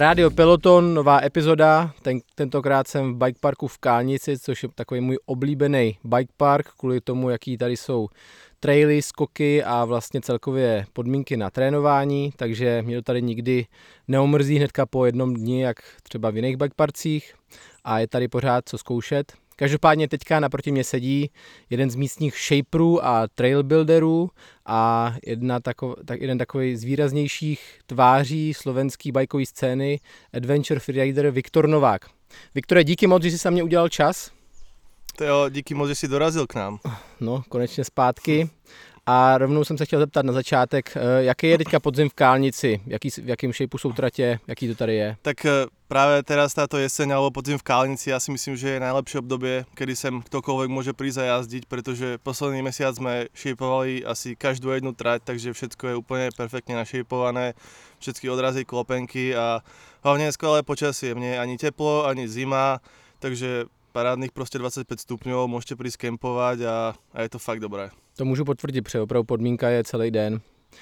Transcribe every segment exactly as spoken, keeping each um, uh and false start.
Rádio Peloton, nová epizoda, ten, tentokrát jsem v bike parku v Kálnici, což je takový můj oblíbený bike park, kvůli tomu, jaký tady jsou traily, skoky a vlastně celkově podmínky na trénování, takže mě to tady nikdy neomrzí hnedka po jednom dni, jak třeba v jiných bike parcích, a je tady pořád co zkoušet. Každopádně teďka naproti mě sedí jeden z místních shaperů a trail builderů a jedna tako, tak jeden takový z výraznějších tváří slovenský bajkové scény, adventure freerider Viktor Novák. Viktore, díky moc, že jsi se mě udělal čas. To jo, díky moc, že jsi dorazil k nám. No, konečně zpátky. A rovnou jsem se chtěl zeptat na začátek, jaký je teďka podzim v Kálnici, jaký, v jakém shapeu jsou tratě, jaký to tady je? Tak práve teraz táto jeseň alebo podzim v Kálnici, ja si myslím, že je najlepšie obdobie, kedy sem ktokoľvek môže prísť a jazdiť, pretože posledný mesiac sme shapeovali asi každú jednu trať, takže všetko je úplne perfektne našejpované, všetky odrazy, klopenky a hlavne je skvelé počasie, mne ani teplo, ani zima, takže parádnych proste dvadsaťpäť stupňov, môžete prísť kempovať a, a je to fakt dobré. To můžu potvrdit, protože opravdu podmínka je celý den.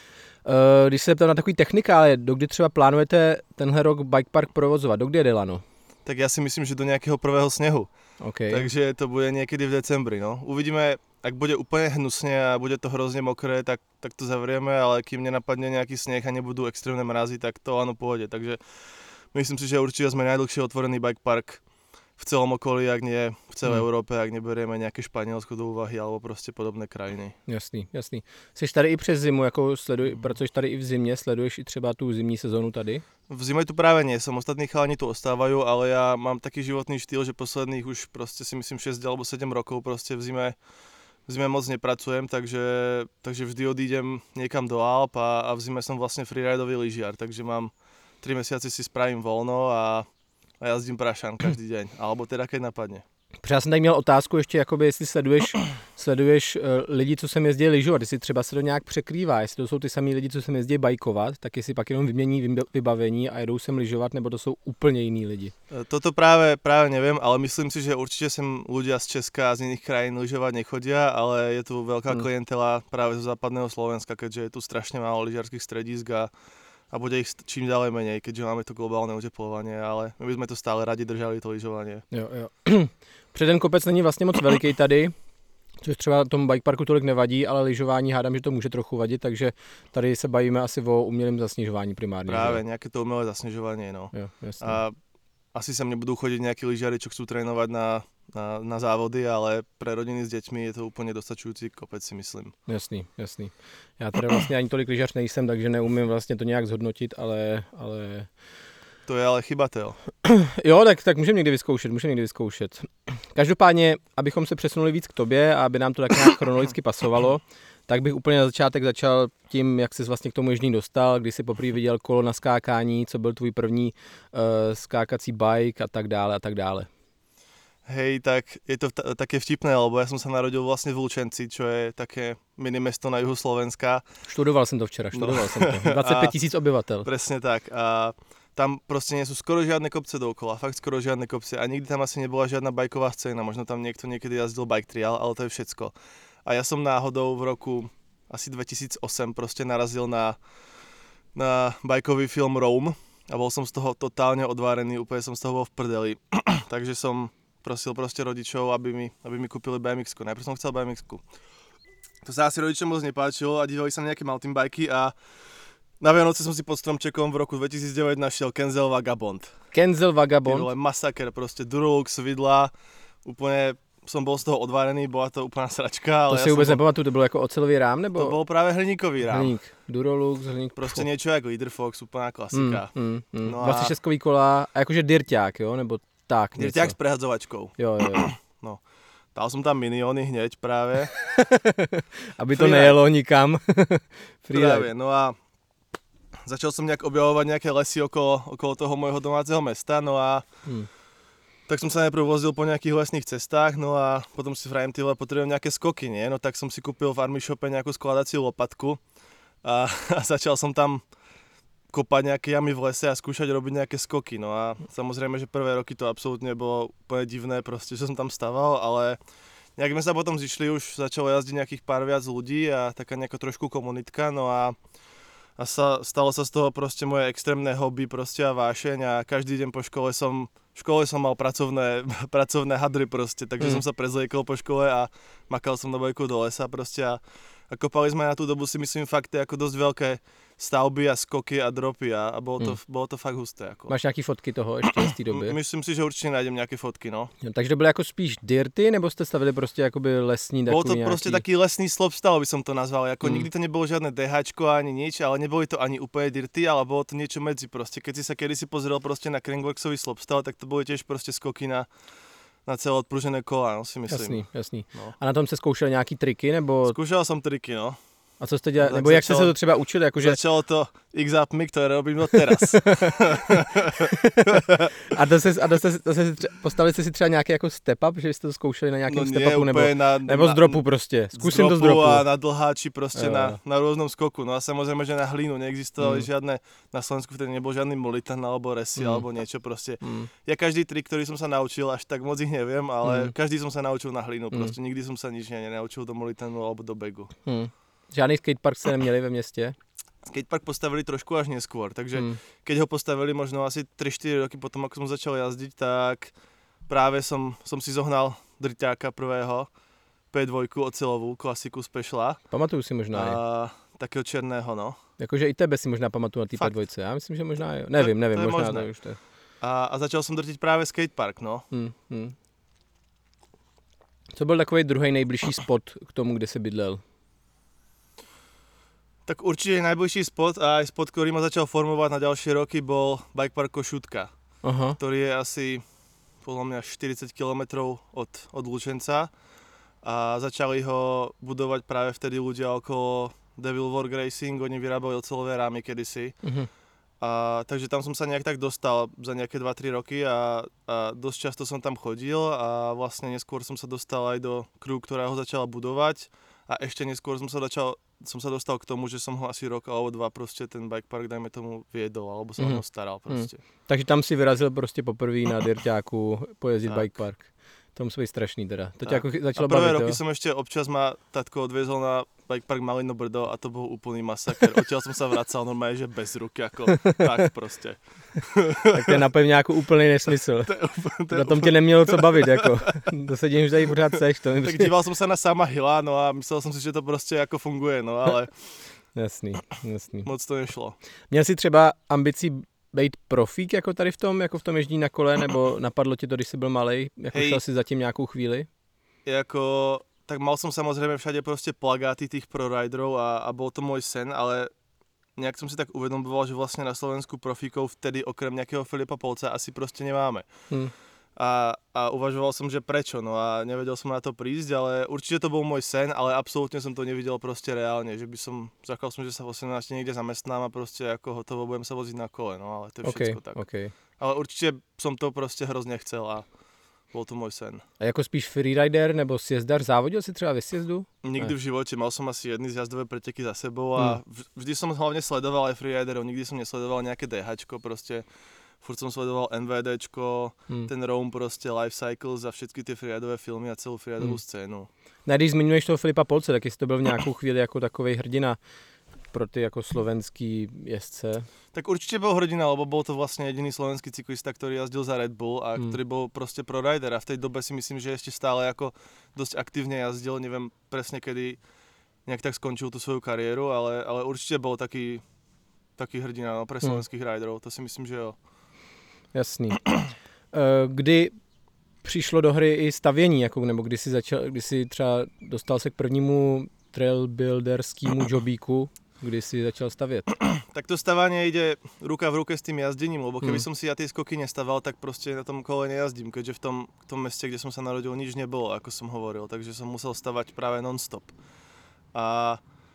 Když se ptám na takový technikálie, dokdy třeba plánujete tenhle rok bike park provozovat? Dokdy je Delano? Tak ja si myslím, že do nejakého prvého snehu. Okay. Takže to bude niekedy v decembri. No. Uvidíme, ak bude úplne hnusne a bude to hrozne mokré, tak, tak to zavrieme, ale kým nenapadne nejaký sneh a nebudú extrémne mrazy, tak to áno pôjde. Takže myslím si, že určite sme najdlhšie otvorený bike park v celom okolí, ak nie v celé hmm. Európe, ak neberieme nejaké Španielsko do úvahy alebo prostě podobné krajiny. Jasný, jasný. Jsi tady i přes zimu, jako sleduj, pracuješ tady i v zimě, sleduješ i třeba tu zimní sezónu tady? V zime tu práve nie som, ostatní chalani tu ostávajú, ale ja mám taký životný štýl, že posledných už proste si myslím šesť alebo sedem rokov proste v zime, v zime moc nepracujem, takže, takže vždy odídem niekam do Alp a, a v zime som vlastne freeridový lyžiar, takže mám tri mesiace si spravím voľno a a jazdím prašan každý deň, alebo teda keď napadne. Protože já jsem tady měl otázku ještě, jakoby, jestli sleduješ, sleduješ uh, lidi, co sem jezdí lyžovat, jestli třeba se to nějak překrývá, jestli to jsou ty samý lidi, co sem jezdí bajkovat, tak jestli pak jenom vymění vybavení a jedou sem lyžovat, nebo to jsou úplně jiní lidi. Toto práve, práve neviem, ale myslím si, že určite sem ľudia z Česka a z iných krajín lyžovať nechodia, ale je tu veľká hmm. klientela práve zo západného Slovenska, keďže je tu strašne málo lyžiarských stredísk a a bude ich čím ďalej menej, keďže máme to globálne oteplovanie, ale my by sme to stále radi držali, to lyžovanie. Jo, jo. Předem kopec není vlastně moc veliký tady, což třeba tomu bike parku tolik nevadí, ale lyžování hádám, že to může trochu vadit, takže tady se bavíme asi o umělém zasněžování primárně. Práve, nejaké to umelé zasnežovanie, no. Jo, jasně. A asi sem nebudú chodiť nejakí lyžiari, čo chcú trénovať na, na, na závody, ale pre rodiny s deťmi je to úplne dostačujúci kopec, si myslím. Jasný, jasný. Já tady vlastně ani tolik lyžař nejsem, takže neumím vlastně to nějak zhodnotit, ale... ale... To je ale chybatel. Jo, tak, tak můžeme někdy vyzkoušet, můžeme někdy vyzkoušet. Každopádně, abychom se přesunuli víc k tobě a aby nám to tak nějak chronologicky pasovalo, tak bych úplně na začátek začal tím, jak jsi vlastně k tomu ježdění dostal, kdy jsi poprvé viděl kolo na skákání, co byl tvůj první uh, skákací bike a tak dále a tak dále. Hej, tak je to t- také vtipné, lebo ja som sa narodil vlastne v Lučenci, čo je také mini mesto na juhu Slovenska. Študoval som to včera, študoval no. som to. dvadsaťpäť tisíc obyvateľ. Presne tak. A tam proste nie sú skoro žiadne kopce dookola, fakt skoro žiadne kopce. A nikdy tam asi nebola žiadna bajková scéna, možno tam niekto niekedy jazdil bike trial, ale to je všetko. A ja som náhodou v roku asi dvetisícosem proste narazil na, na bajkový film Rome a bol som z toho totálne odvárený, úplne som z toho bol v prdeli. Takže som prosil proste rodičov, aby mi, aby mi kúpili bé em iks-ku. Najprv som chcel bé em iks-ku. To sa asi rodičom moc nepáčilo a dívali sa na nejaké mountain bajky a na Vianoce som si pod stromčekom v roku dvetisícdeväť našiel Kenzel Vagabond. Kenzel Vagabond? Ty vole, masaker, proste Durolux, vidla, úplne som bol z toho odvarený, bola to úplná sračka. Ale to si ja vôbec bol... nepamatuju, to bylo jako ocelový rám, nebo? To bol práve hliníkový rám. Hliník, Durolux, hliník. Proste niečo jak Leader Fox, úplná klasika. Mm, mm, mm. No a... dvacet šesť kola, a jakože dirťák, jo, nebo tak něco. Dirťák s prehadzovačkou. Jo, jo, jo. No. Dal som tam minióny hneď práve. Aby to nejelo nikam. Práve, no a začal som nejak objavovať nejaké lesy okolo, okolo toho môjho domáceho mesta, no a hmm. tak som sa najprv vozil po nejakých lesných cestách, no a potom si vravím, tyhle, potrebujem nejaké skoky, nie? No tak som si kúpil v Army Shope nejakú skladaciu lopatku a, a začal som tam kopať nejaké jamy v lese a skúšať robiť nejaké skoky. No a samozrejme, že prvé roky to absolútne bolo úplne divné, proste, že som tam staval, ale nejak sme sa potom zišli, už začalo jazdiť nejakých pár viac ľudí a taká nejaká trošku komunitka, no a a sa, stalo sa z toho proste moje extrémne hobby proste a vášeň a každý deň po škole som, v škole som mal pracovné, pracovné hadry proste, takže mm. som sa prezliekol po škole a makal som na bajku do lesa proste a, a kopali sme na tú dobu si myslím fakt ako dosť veľké stavby a skoky a dropy a, a bolo, to, hmm. bolo to fakt husté. Jako. Máš nějaký fotky toho ještě z té doby? Myslím si, že určitě najdem nějaké fotky, no. no. Takže to bylo jako spíš dirty, nebo jste stavili prostě jakoby lesní takový Bolo to nějaký... prostě taký lesný slopestyle, by som to nazval. Jako hmm. nikdy to nebolo žiadne DHčko ani nič, ale neboli to ani úplne dirty, ale bolo to niečo medzi prostě. Keď si sa kedysi pozrel prostě na Crankworxový slopestyle, tak to boli tiež prostě skoky na na celé odpružené kola, no si myslím. Jasný, jasný. No. A na tom se zkoušeli nějaký triky, nebo... Skúšal som triky, no. A co jste dělali, nebo jak jste se to třeba učili? Jakože... Začalo to X-Up Mi, ktoré robím do teraz. a to se, a to se, to se třeba, postavili jste si třeba nějaký jako step up, že jste to zkoušeli na nějakém no step upu, nebo, na, nebo z dropu prostě? Zkusím z to z dropu. a na dlháči prostě uh. na, na různom skoku. No a samozrejme, že na hlínu neexistovali mm. žiadne, na Slovensku vtedy nebol žiadny Molitan alebo Resi mm. alebo niečo prostě. Mm. Ja každý trik, ktorý som sa naučil, až tak moc ich neviem, ale mm. každý som sa naučil na hlínu. Prostě mm. nikdy som sa nič nenaučil do Molitanu alebo do begu. Mm. Žádný skatepark ste neměli ve městě? Skatepark postavili trošku až neskôr, takže hmm. keď ho postavili možno asi tri štyri roky potom, ako som začal jazdiť, tak práve som, som si zohnal drťáka prvého, pé dva ocelovú, klasiku Speciala. Pamatuju si možná, a, takého černého, no. Jakože i tebe si možná pamatuju na té pé dva, já myslím, že možná jo. Nevím, to, nevím, to možná možné. to už to je. A, a začal som drtiť práve skatepark, no. Hmm, hmm. Co byl takový druhý nejbližší spot k tomu, kde jsi bydlel? Tak určite najbližší spot a aj spot, ktorý ma začal formovať na ďalšie roky, bol bikepark Košútka, Aha. ktorý je asi podľa mňa štyridsať kilometrov od, od Lučenca a začali ho budovať práve vtedy ľudia okolo Devil Work Racing, oni vyrábali ocelové rámy kedysi. Uh-huh. A, takže tam som sa nejak tak dostal za nejaké dva tri roky a, a dosť často som tam chodil a vlastne neskôr som sa dostal aj do crew, ktorá ho začala budovať a ešte neskôr som sa začal som sa dostal k tomu, že som ho asi rok alebo dva prostě ten bikepark, dajme tomu, viedol, alebo sa mm. ho staral prostě. Mm. Takže tam si vyrazil prostě poprvý na dirťáku pojezdit bikepark. To musí být strašný teda. To tě jako začalo bavit, prvé roky jo? som ešte občas ma tatko odviezol na bikepark Malino Brdo a to bol úplný masaker. Odtiaľ som sa vracal normálne, že bez ruky, ako tak prostě. Tak to je napevně nějakou úplný nesmysl. To je, to je na tom tě nemělo co bavit, jako. To se dím, že tady pořád seš. To tak prostě... díval som sa na Sama Hilla, no a myslel som si, že to prostě jako funguje, no ale... Jasný, jasný. Moc to nešlo. Měl jsi třeba ambicí být profík jako tady v tom, jako v tom ježdění na kole, nebo napadlo ti to, když jsi byl malej, jako Hej, šel si zatím nějakou chvíli? Jako, tak mal som samozrejme všade proste plagáty tých proriderov a, a bol to môj sen, ale nejak som si tak uvedomoval, že vlastne na Slovensku profíkov vtedy okrem nejakého Filipa Polca asi proste nemáme. Hmm. A, a uvažoval som, že prečo, no a nevedel som na to prísť, ale určite to bol môj sen, ale absolútne som to nevidel proste reálne, že by som, zakal som, že sa v osemnástich niekde zamestnám a proste ako hotovo budem sa voziť na kole, no ale to je okay, všetko tak. Okay. Ale určite som to proste hrozne chcel a bol to môj sen. A jako spíš freerider nebo sjezdar, závodil si třeba ve sjezdu? Nikdy v živote, mal som asi jedny zjazdové preteky za sebou a vždy som hlavne sledoval aj freeriderov, nikdy som nesledoval nejaké DHčko proste. Furt som sledoval NVDčko, hmm. ten Rome prostě, Life Cycles a všetky ty freeridové filmy a celou freeridovou hmm. scénu. Ne, když zmiňuješ toho Filipa Polce, tak jestli to byl v nějakou chvíli jako takovej hrdina pro ty jako slovenský jezdce. Tak určite bol hrdina, lebo bol to vlastne jediný slovenský cyklista, ktorý jazdil za Red Bull a hmm. ktorý bol proste pro rider a v tej dobe si myslím, že ešte stále ako dosť aktívne jazdil, neviem presne kedy nejak tak skončil tú svoju kariéru, ale, ale určite bol taký, taký hrdina no, pre slovenských hmm. riderov, to si myslím, že jo. Jasný. Kdy přišlo do hry i stavění, jako, nebo kdy jsi, začal, kdy jsi třeba dostal se k prvnímu trailbuilderskému jobíku, kdy jsi začal stavět? Tak to stavanie ide ruka v ruke s tým jazdením, lebo keby hmm. som si ja tie skoky nestaval, tak proste na tom kole nejazdím, keďže v tom, v tom meste, kde som sa narodil, nič nebolo, ako som hovoril, takže som musel stavať práve non-stop. A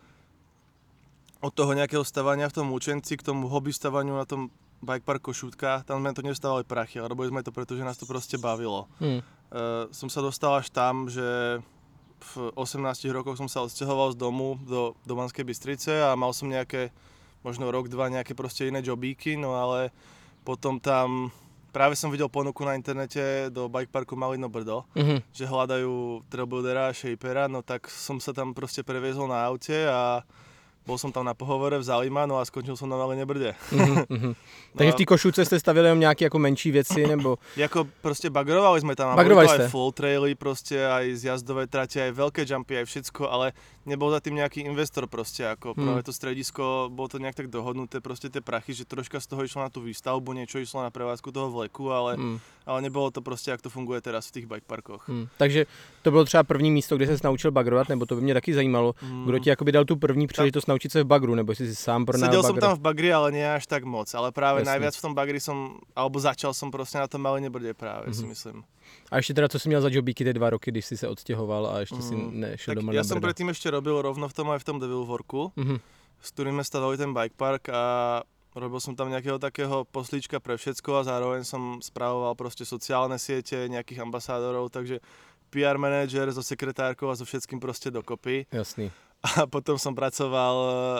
od toho nejakého stavania v tom Lučenci k tomu hobby stavaniu na tom bikepark Košútka, tam sme to nevstávali prachy, ale robili sme to, pretože nás to proste bavilo. Hmm. Uh, som sa dostal až tam, že v osemnástich rokoch som sa odsťahoval z domu do, do Banskej Bystrice a mal som nejaké, možno rok, dva, nejaké proste iné jobíky, no ale potom tam, práve som videl ponuku na internete do bikeparku Malino Brdo, mm-hmm. že hľadajú trailbuildera a shapera, no tak som sa tam proste previezol na aute a Bol som tam na pohovore v Zalima, no a skončil som na Malé Brde. Mm-hmm. No takže v té Košůce jste stavili jenom nějaké jako menší věci, nebo? Jako proste bagrovali sme tam, a bagrovali boli to ste. aj full traily, proste aj zjazdové trate, aj veľké jumpy, aj všetko, ale nebol za tým nejaký investor proste, ako hmm. práve to stredisko, bolo to nejak tak dohodnuté, proste tie prachy, že troška z toho išlo na tú výstavbu, niečo išlo na prevádzku toho vleku, ale, hmm. ale nebolo to proste, jak to funguje teraz v tých bikeparkoch. Hmm. Takže to bylo třeba první místo, kde ses naučil bagrovat, nebo to by mě taky zajímalo, hmm. kdo ti jakoby dal tu první příležitost naučit se v bagru, nebo jestli si sám pronajal bagr. Sedel som tam v bagri, ale nie až tak moc, ale práve Jasne. najviac v tom bagri som, alebo začal som proste na tom Malé Brde práve, mm-hmm. si myslím. A ještě teda, co jsi měl za jobbíky ty dva roky, když jsi se odstěhoval a ještě mm. si nešel tak do Malé ja Brda? som predtým ešte robil rovno v tom aj v tom Devilworku, mm-hmm. s ktorým sme stavali ten bike park a robil som tam nejakého takého poslíčka pre všetko a zároveň som spravoval proste sociálne siete, nejakých ambasádorov, takže pé er manažer so sekretárkou a so všetkým proste dokopy. Jasný. A potom som pracoval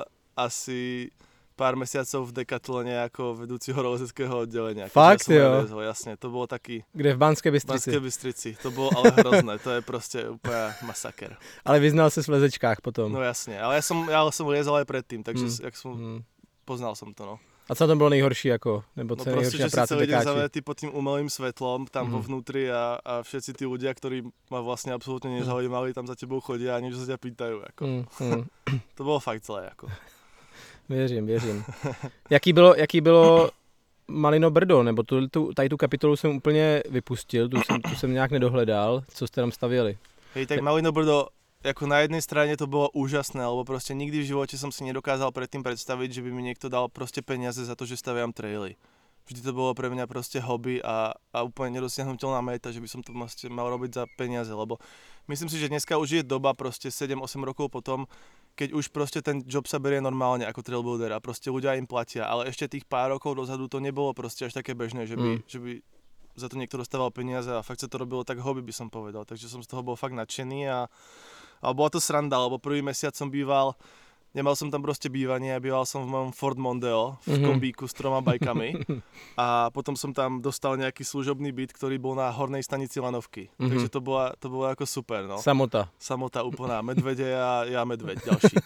asi pár mesiacov v Decathlone ako vedúci horolezeckého oddelenia. Fakt, ja jo? Rezol, jasne, to bolo taký... Kde v Banské Bystrici? V Banské Bystrici, to bolo ale hrozné, to je proste úplne masaker. Ale vyznal ses v lezečkách potom. No jasne, ale ja som, ja som liezal aj predtým, takže hmm. jak som, hmm. poznal som to, no. A co tam bylo nejhorší, jako? Nebo co no je nejhorší proste, práce že si celý deň dekáči? zavetý pod tým umelým svetlom tam Mhm. vo vnútri a, a všetci tí ľudia, ktorí ma vlastne absolútne nezaujímali, tam za tebou chodia a niečo sa ťa pýtajú, ako. Mm, To bolo fakt zlé, ako. Věřím, věřím. Jaký bylo, jaký bylo Malino Brdo, nebo tu, tu, tady tu kapitolu jsem úplně vypustil, tu jsem, tu jsem nějak nedohledal, co jste tam stavěli. Hej, tak Malino Brdo, ako na jednej strane to bolo úžasné, lebo proste nikdy v živote som si nedokázal predtým predstaviť, že by mi niekto dal proste peniaze za to, že staviam traily. Vždy to bolo pre mňa proste hobby a, a úplne nedosiahnuteľná meta, že by som to proste mal robiť za peniaze, lebo myslím si, že dneska už je doba proste sedem osem rokov potom, keď už proste ten job sa berie normálne ako trailbuilder a proste ľudia im platia, ale ešte tých pár rokov dozadu to nebolo proste až také bežné, že by, mm. že by za to niekto dostával peniaze a fakt sa to robilo tak hobby, by som povedal, takže som z toho bol fakt nadšený a ale bola to sranda, lebo prvý mesiac som býval, nemal som tam proste bývanie, býval som v mojom Ford Mondeo v mm-hmm. kombíku s troma bajkami a potom som tam dostal nejaký služobný byt, ktorý bol na hornej stanici Lanovky, mm-hmm. takže to bola, to bolo ako super, no. Samota. Samota úplná, medvede a ja medveď ďalší.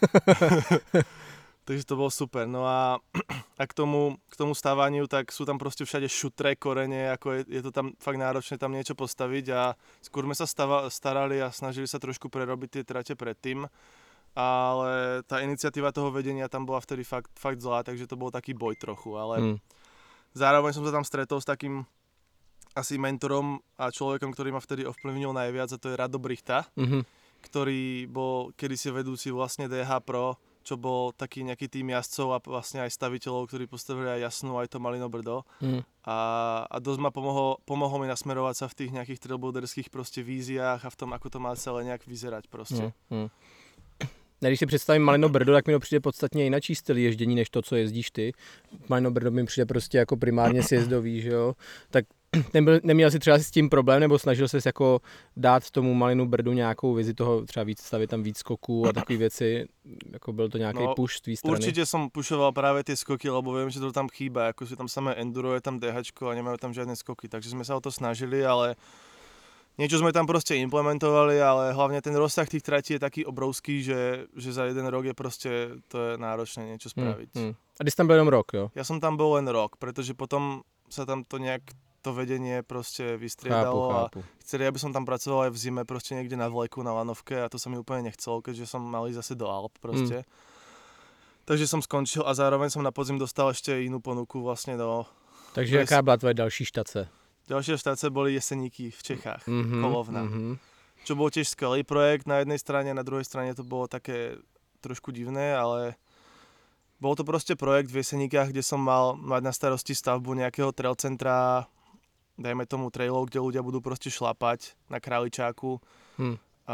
Takže to bolo super, no a, a k tomu, k tomu stávaniu, tak sú tam proste všade šutré korene, ako je, je to tam fakt náročné tam niečo postaviť a skôr sme sa stava, starali a snažili sa trošku prerobiť tie trate predtým, ale tá iniciatíva toho vedenia tam bola vtedy fakt, fakt zlá, takže to bol taký boj trochu, ale mm. zároveň som sa tam stretol s takým asi mentorom a človekom, ktorý ma vtedy ovplyvnil najviac a to je Rado Brichta, mm-hmm. ktorý bol kedysi vedúci vlastne dé há Pro, čo bol taký nejaký tým jazdcov a vlastne aj staviteľov, ktorí postavili aj Jasnú, aj to Malino Brdo. Mm. A, a dosť ma pomohol, pomohol mi nasmerovať sa v tých nejakých trailbuilderských proste víziách a v tom, ako to má celé nejak vyzerať proste. Mm. Mm. Když si představím Malino Brdo, tak mi to přijde podstatně jináčí styl ježdění, než to, co jezdíš ty. Malino Brdo mi přijde prostě jako primárně sjezdový, že jo. Tak nebyl, neměl jsi třeba s tím problém, nebo snažil ses jako dát tomu Malinu Brdu nějakou vizi toho, třeba víc stavit tam víc skoků a takové věci, jako byl to nějaký no, push z tvý strany? Určite som pušoval práve tie skoky, lebo viem, že to tam chýba, ako si tam samé enduro, je tam DHčko a nemajú tam žiadne skoky, takže sme sa o to snažili, ale niečo sme tam proste implementovali, ale hlavne ten rozsah tých tratí je taký obrovský, že, že za jeden rok je proste, to je náročné niečo spraviť. Hmm, hmm. A ty si tam byl jenom rok, jo? Ja som tam bol len rok, pretože potom sa tam to nejak to vedenie proste vystriedalo chápu, chápu. A chceli, aby som tam pracoval aj v zime proste niekde na vleku, na lanovke a to sa mi úplne nechcelo, keďže som mal ísť zase do Alp proste. Mm. Takže som skončil a zároveň som na podzim dostal ešte inú ponuku vlastne do... Takže do... jaká byla tvoje další štace? Ďalšie štace boli Jeseníky v Čechách, mm-hmm, Kolovna. Mm-hmm. Čo bol tiež skvelý projekt na jednej strane, na druhej strane to bolo také trošku divné, ale bol to proste projekt v Jeseníkach, kde som mal mať na starosti stavbu nejakého trail centra, dajme tomu trailov, kde ľudia budú proste šlapať na Králičáku. Hmm. A,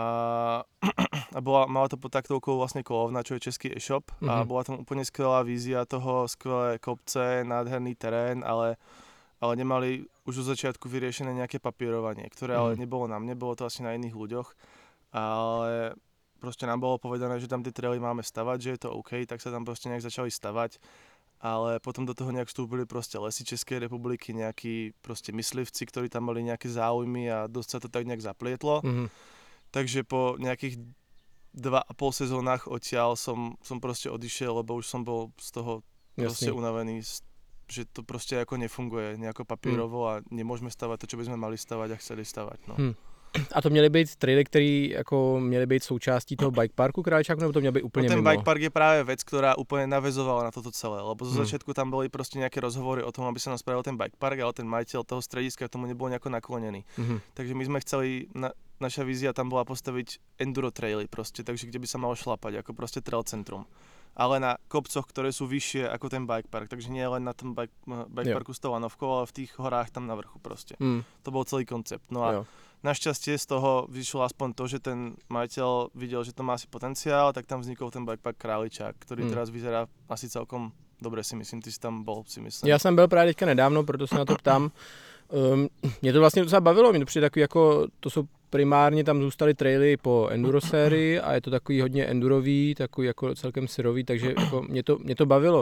a bola, mala to pod taktovkou vlastne Kolovna, čo je český e-shop. Mm-hmm. A bola tam úplne skvelá vízia toho, skvelé kopce, nádherný terén, ale, ale nemali už od začiatku vyriešené nejaké papierovanie, ktoré mm. ale nebolo na mne, bolo to asi na iných ľuďoch. Ale proste nám bolo povedané, že tam tie traily máme stavať, že je to OK, tak sa tam proste nejak začali stavať. Ale potom do toho nejak vstúpili proste Lesy Českej republiky, nejakí proste myslivci, ktorí tam mali nejaké záujmy a dosť sa to tak nejak zaplietlo. Mm-hmm. Takže po nejakých dva a pol sezónach odtiaľ som, som proste odišiel, lebo už som bol z toho proste Jasný. unavený, že to proste ako nefunguje nejako papírovo hmm. a nemôžeme stavať to, čo by sme mali stavať a chceli stavať. No. Hmm. A to měly být traily, které jako měly být součástí toho bike parku Králičáku, nebo to mělo být úplně no, ten mimo? bike park je práve vec, ktorá úplne naväzovala na toto celé, lebo zo Hmm. začiatku tam boli proste nejaké rozhovory o tom, aby sa nám spravil ten bike park, ale ten majiteľ toho strediska tomu nebol nejako naklonený. Hmm. Takže my sme chceli, na, naša vízia tam bola postaviť enduro traily proste, takže kde by sa malo šlapať, ako proste trail centrum. Ale na kopcoch, ktoré sú vyššie ako ten bike park, takže nie len na tom bike, bike parku s tou lanovkou, ale v tých horách tam na vrchu proste. Hmm. To bol celý koncept. No a Jo. našťastie z toho vyšlo aspoň to, že ten majiteľ videl, že to má asi potenciál, tak tam vznikol ten bike park Králičák, ktorý Hmm. teraz vyzerá asi celkom dobre, si myslím, ty si tam bol, si myslím. Já jsem byl právě teďka nedávno, proto se na to ptám. Um, mě to vlastně docela bavilo, mě to přijde takový jako, to jsou primárně tam zůstaly traily po enduro sérii a je to takový hodně endurový, takový jako celkem syrový, takže jako mě to, mě to bavilo.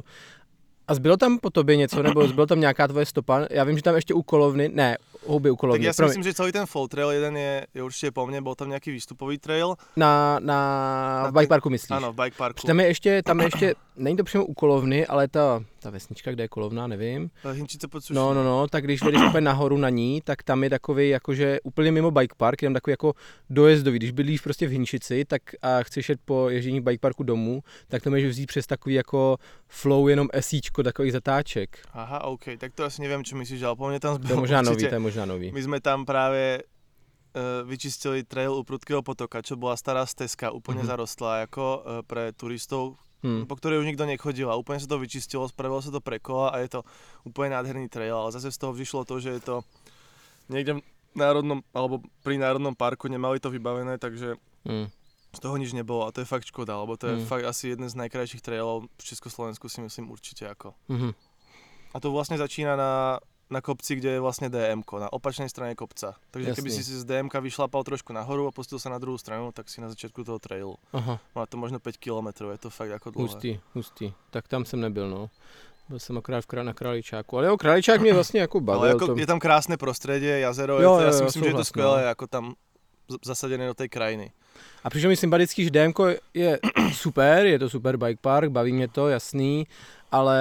A zbylo tam po tobě něco, nebo zbylo tam nějaká tvoje stopa? Já vím, že tam ještě u kolovny, ne, houby u kolovny. Tak ja si myslím, že celý ten flow trail jeden je, je určite po mne, bol tam nejaký výstupový trail. Na, na, Na v bike ten- parku myslíš? Áno, v bike parku. Tam je ještě, tam je ještě, není to přímo u kolovny, ale ta, ta vesnička, kde je kolovna, nevím. Hinčice pod Sušinou. No, no, no, tak když jdeš úplně nahoru na ní, tak tam je takový jakože úplně mimo bike park, je tam takový jako dojezdový. Když bydlíš prostě v Hinčici, tak a chceš jet po ježdění bike parku domů, tak to můžeš vzít přes takový jako flow jenom esíčko takových zatáček. Aha, OK, tak to asi neviem, čo myslíš, ale po mne tam To je zbylo možná nový, určite. to je možná nový. My sme tam práve uh, vyčistili trail u Prudkého potoka, čo bola stará stezka, úplne Mhm. zarostlá ako uh, pre turistov, Hmm. po ktorej už nikto nechodil a úplne sa to vyčistilo, spravilo sa to pre kola a je to úplne nádherný trail, ale zase z toho vyšlo to, že je to niekde v národnom, alebo pri národnom parku nemali to vybavené, takže Hmm. z toho nič nebolo a to je fakt škoda, lebo to je Mm. fakt asi jeden z najkrajších trailov v Československu, si myslím určite ako. Mhm. A to vlastne začína na, na kopci, kde je vlastne dé emko, na opačnej strane kopca. Takže Jasný. keby si si z dé emka vyšlapal trošku nahoru a pustil sa na druhú stranu, tak si na začiatku toho trailu. Aha, Má to možno päť kilometrov, je to fakt ako dlhé. hustý, hustý. Tak tam jsem nebyl, no. Byl jsem akorát v krá- na Králičáku, ale jo, Králičák mě vlastně jako bavil. Ale ako, to... je tam krásne prostredie, jazero, Jo, je to, jo, ja si jo, myslím, že je to souhlas, skvelé, no. ako tam z- zasadené do tej krajiny. A přišlo mi sympatický, že dé emko je super, je to super bike park, baví mě to, jasný, ale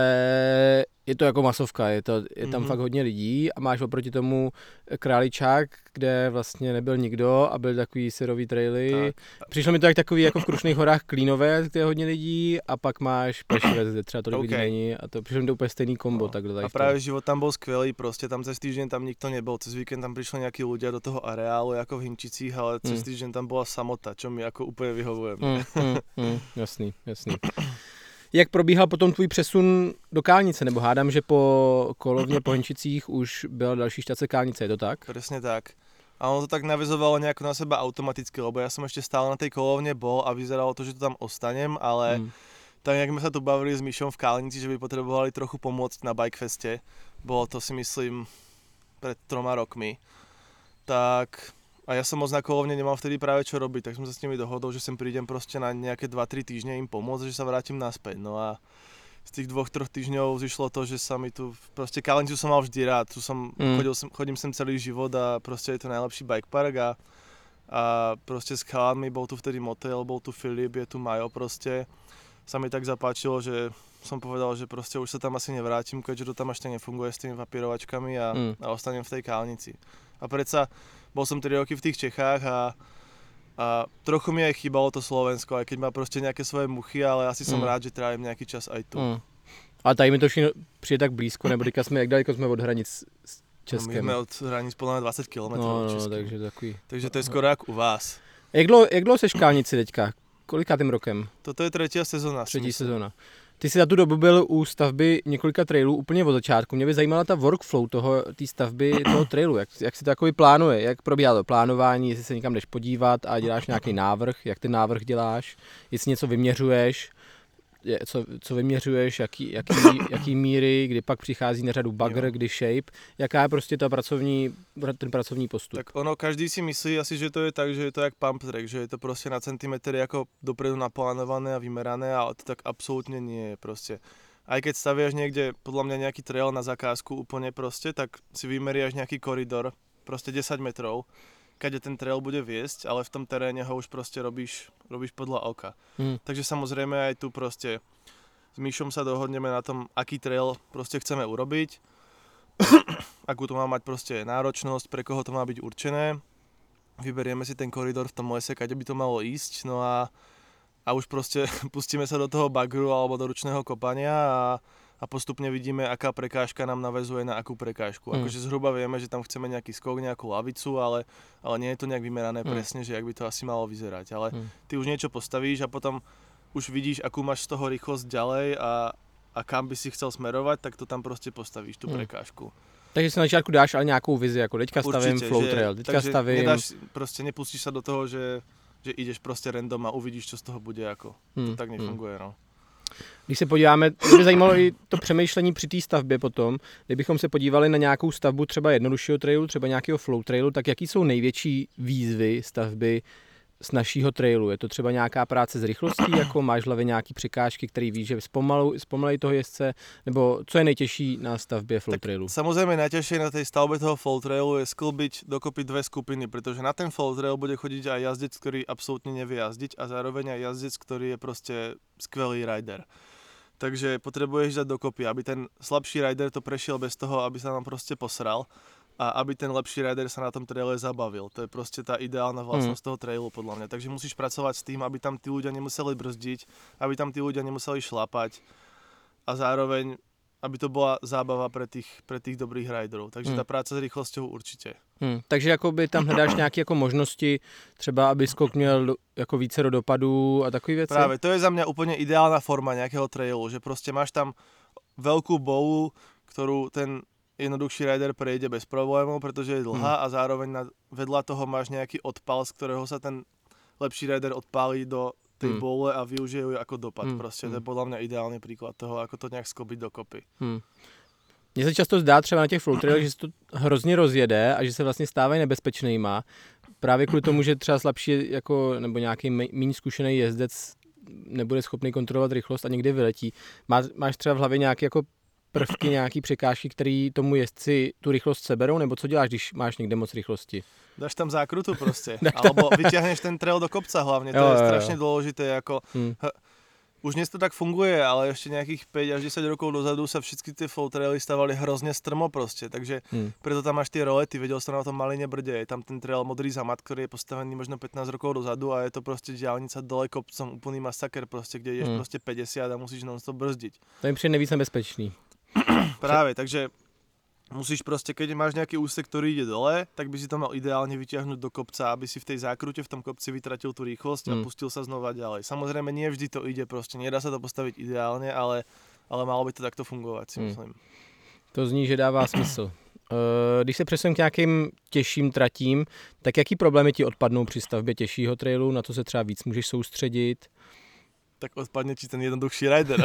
je to jako masovka, je, to, je tam Mhm. fakt hodně lidí a máš oproti tomu Králičák, kde vlastně nebyl nikdo a byl takový syrový traily. Tak. Přišlo mi to jak takový jako v Krušných horách Klínové, kde je hodně lidí a pak máš Prešovec, kde třeba tolik lidí OK. není a to přišlo mi to úplně stejný kombo. No. Takhle, A tady v tom. práve život tam bol skvelý, proste tam cez týždeň tam nikto nebol, cez víkend tam prišli nejakí ľudia do toho areálu, ako v Hinčicích, ale cez Mm. týždeň tam bola samota, čo mi ako úplne vyhovuje. Mm, mm, mm, jasný, jasný. Jak probíhal potom tvůj přesun do Kálnice? Nebo hádám, že po kolovně po Hinčicích už byla další štace Kálnice, je to tak? Presne tak. A ono to tak navezovalo nejako na seba automaticky, lebo ja som ešte stále na tej kolovne bol a vyzeralo to, že to tam ostanem, ale Mm. tak jak sme sa tu bavili s Mišom v Kálnici, že by potrebovali trochu pomôcť na Bikefeste, bolo to si myslím pred troma rokmi, tak a ja som moc na kolovne nemal vtedy práve čo robiť, tak som sa s nimi dohodol, že sem prídem proste na nejaké dva tri týždne im pomôcť, že sa vrátim naspäť. No a z tých dvoch, troch týždňov zišlo to, že sa mi tu, proste Kálnicu som mal vždy rád, tu som, Mm. chodil sem, chodím sem celý život a proste je to najlepší bike park a, a proste s chalanmi, bol tu vtedy Motel, bol tu Filip, je tu Majo proste. Sa mi tak zapáčilo, že som povedal, že proste už sa tam asi nevrátim, keďže to tam ešte nefunguje s tými papírovačkami a, Mm. a ostanem v tej Kálnici. A predsa bol som tri roky v tých Čechách a, a trochu mi aj chýbalo to Slovensko, aj keď má proste nejaké svoje muchy, ale asi som Mm. rád, že trávim nejaký čas aj tu. Mm. A tady mi to všechno přijde tak blízko, nebo teďka jsme, jak daleko jsme od hranic s No, my Českem. sme od hraníc podľa mňa dvadsať kilometrov No, od no, Česka. takže takový. Takže to je skoro jak u vás. Jak dlouho, jak dlouho seš v Kálnici teďka? Kolikátým rokem? Toto je tretia sezóna. si Třetí myslím. sezóna. Ty jsi za tu dobu byl u stavby několika trailů úplně od začátku. Mě by zajímala ta workflow toho, té stavby toho trailu. Jak, jak si to takový plánuje? Jak probíhá to plánování? Jestli se někam jdeš podívat a děláš nějaký návrh? Jak ten návrh děláš? Jestli něco vyměřuješ? Je, co, co vyměřuješ? Jaký, jaký, jaký míry? Kdy pak přichází na řadu bagger? Jo. Kdy shape? Jaká je prostě ta pracovní, ten pracovní postup? Tak ono, každý si myslí asi, že to je tak, že je to jak pump track, že je to proste na centimetry ako dopredu naplánované a vymerané, ale to tak absolútne nie je proste. Aj keď staviaš niekde, podľa mňa nejaký trail na zakázku úplne proste, tak si vymeriaš nejaký koridor, proste desať metrov. kade ten trail bude viesť, ale v tom teréne ho už proste robíš, robíš podľa oka. Hmm. Takže samozrejme aj tu proste s Míšom sa dohodneme na tom, aký trail proste chceme urobiť, akú to má mať proste náročnosť, pre koho to má byť určené. Vyberieme si ten koridor v tom lese, kade by to malo ísť, no a, a už proste pustíme sa do toho bagru alebo do ručného kopania a a postupne vidíme, aká prekážka nám naväzuje na akú prekážku. Mm. Akože zhruba vieme, že tam chceme nejaký skok, nejakú lavicu, ale, ale nie je to nejak vymerané mm. presne, že jak by to asi malo vyzerať. Ale mm. ty už niečo postavíš a potom už vidíš, akú máš z toho rýchlosť ďalej a, a kam by si chcel smerovať, tak to tam proste postavíš, tú mm. prekážku. Takže si na začátku dáš ale nějakou vizi, jako teďka stavím Určite, flow že, trail, teďka takže stavím... Nedáš, proste nepustíš sa do toho, že, že ideš proste random a uvidíš, čo z toho bude, ako. Mm. To tak nefunguje, no. Když se podíváme, mě by zajímalo i to přemýšlení při té stavbě potom, kdybychom se podívali na nějakou stavbu třeba jednoduššího trailu, třeba nějakého flow trailu, tak jaký jsou největší výzvy stavby z našího trailu? Je to třeba nějaká práce s rychlostí, jako máš v hlavě nějaký překážky, který víš, že zpomalu, zpomalej toho jezdce, nebo co je nejtěžší na stavbě flow trailu? Samozrejme najťažšie na tej stavbe toho flow trailu je sklbiť dokopy dve skupiny, pretože na ten flow trail bude chodiť aj jazdec, ktorý absolútne nevie jazdiť a zároveň aj jazdec, ktorý je proste skvelý rider. Takže potrebuješ dať dokopy, aby ten slabší rider to prešiel bez toho, aby sa nám proste posral a aby ten lepší rider sa na tom traile zabavil. To je proste tá ideálna vlastnosť mm. toho trailu podľa mňa. Takže musíš pracovať s tým, aby tam tí ľudia nemuseli brzdiť, aby tam tí ľudia nemuseli šlapať a zároveň aby to bola zábava pre tých, pre tých dobrých riderov. Takže hmm. ta práce s rychlosťou určitě. Hmm. Takže jakoby tam hledáš nějaké jako možnosti, třeba aby skok měl jako více do dopadů a takové věci? Právě, to je za mňa úplně ideálna forma nějakého trailu, že prostě máš tam veľkú boulu, ktorú ten jednoduchší rider prejde bez problémov, protože je dlhá hmm. a zároveň na, vedľa toho máš nejaký odpal, z ktorého sa ten lepší rider odpálí do tej hmm. boule a využije ju ako dopad. Hmm. Prostě to je podľa mňa ideálny príklad toho, ako to nejak sklobiť dokopy. Hmm. Mně se často zdá třeba na těch flow trailech, že se to hrozně rozjede a že se vlastně stávají nebezpečnýma. Právě kvůli tomu, že třeba slabší jako, nebo nějaký méně zkušený jezdec nebude schopný kontrolovat rychlost a někde vyletí. Má, máš třeba v hlavě nějaké jako prvky, nějaký překážky, které tomu jezdci tu rychlost seberou, nebo co děláš, když máš někde moc rychlosti? Dáš tam zákrutu prostě, alebo vyťahneš ten trail do kopca hlavně, to jo, je jo, strašně jo. dôležité, jako hmm. h- už dnes to tak funguje, ale ještě nějakých päť až desať rokov dozadu sa všetky ty flow traily stavali hrozně strmo prostě, takže hmm. preto tam máš ty rolety, viděl jsem na tom Maline Brdě, je tam ten trail Modrý zamat, který je postavený možno pätnásť rokov dozadu a je to prostě diaľnica dole kopcom, úplný masaker prostě, kde jdeš hmm. prostě päťdesiat a musíš non-stop brzdiť. To je přijde nejvíc nebezpečný. Práve, takže musíš proste, keď máš nejaký úsek, ktorý ide dole, tak by si to mal ideálne vyťahnuť do kopca, aby si v tej zákrute v tom kopci vytratil tú rýchlosť a mm. pustil sa znova ďalej. Samozrejme, nie vždy to ide, proste nedá sa to postaviť ideálne, ale, ale malo by to takto fungovať, si myslím. Mm. To zní, že dává smysl. Když se přesuneme k nějakým těžším tratím, tak jaký problémy ti odpadnou při stavbě těžšího trailu, na to se třeba víc můžeš soustředit? Tak odpadne ti ten jednoduchší rider,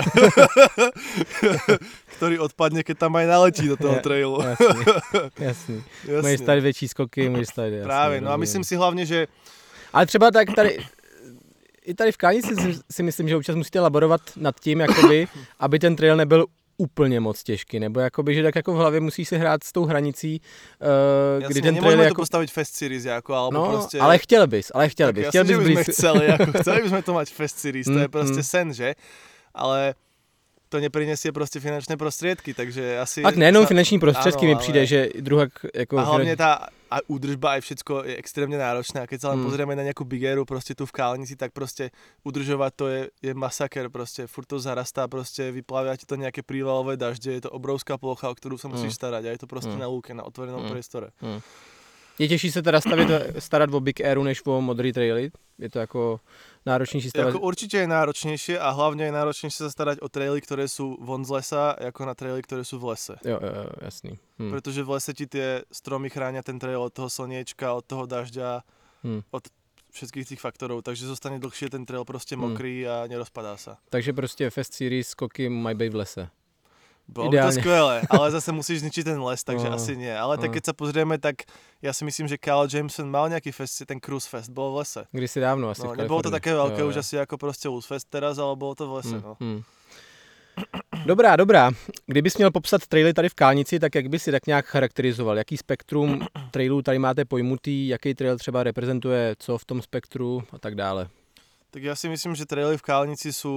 ktorý odpadne, keď tam aj naletí do toho trailu. Jasný, jasný. jasný. Můžeš stavit větší skoky, můžeš stavit, jasný. Právě, no a myslím si hlavně, že... Ale třeba tak tady, i tady v Kánici si, si myslím, že občas musíte laborovat nad tím, jakoby, aby ten trail nebyl úplně moc těžký, nebo jakoby, že tak jako v hlavě musíš si hrát s tou hranicí, uh, Jasne, kdy ten trail jako... to postavit fest series, jako, alebo no, prostě... ale chtěl bys, ale chtěl bys. Chtěl bys blíz... že chceli, jako, chceli bychom to mať fest series, to mm, je prostě mm. sen, že? Ale to neprinesie prostě finančné prostriedky, takže asi... Tak nejenom sa... finanční prostředky ano, mi přijde, ale... že druhá jako... A hlavně ta a údržba aj všetko je extrémne náročné a keď sa len mm. pozrieme na nejakú big airu prostě tu v Kálnici, tak prostě udržovať to je, je masaker, prostě furt to zarastá, prostě vyplavia ti to nejaké prívalové dažde, je to obrovská plocha, o ktorú sa musíš mm. starať a je to prostě mm. na lúke, na otvorenom mm. priestore. Mm. Je těžší se teda stavit, starat o big airu než o modrý traily? Je to jako náročnější stavit? Jako určite je náročnejšie a hlavne je náročnejšie sa starať o traily, ktoré sú von z lesa, ako na traily, ktoré sú v lese. Jo, jo, jo, jasný. Hm. Protože v lese ti tie stromy chránia ten trail od toho slniečka, od toho dažďa, hm. od všetkých tých faktorov, takže zostane dlhšie ten trail prostě mokrý hm. a nerozpadá sa. Takže prostě Fest Series skoky mají být v lese. Bolo by to skvelé, ale zase musíš zničiť ten les, takže uh, asi nie. Ale tak keď sa pozrieme, tak ja si myslím, že Kyle Jameson mal nejaký fest, ten Cruise Fest, bol v lese. Kdysi dávno asi no, v nebolo to také veľké, jo, už jo. asi ako proste Loose Fest teraz, ale bolo to v lese. Hmm, no. hmm. Dobrá, dobrá. Kdybys měl popsat traily tady v Kálnici, tak jak bys si tak nějak charakterizoval? Jaký spektrum trailů tady máte pojmutý, jaký trail třeba reprezentuje co v tom spektru a tak dále? Tak ja si myslím, že traily v Kálnici sú...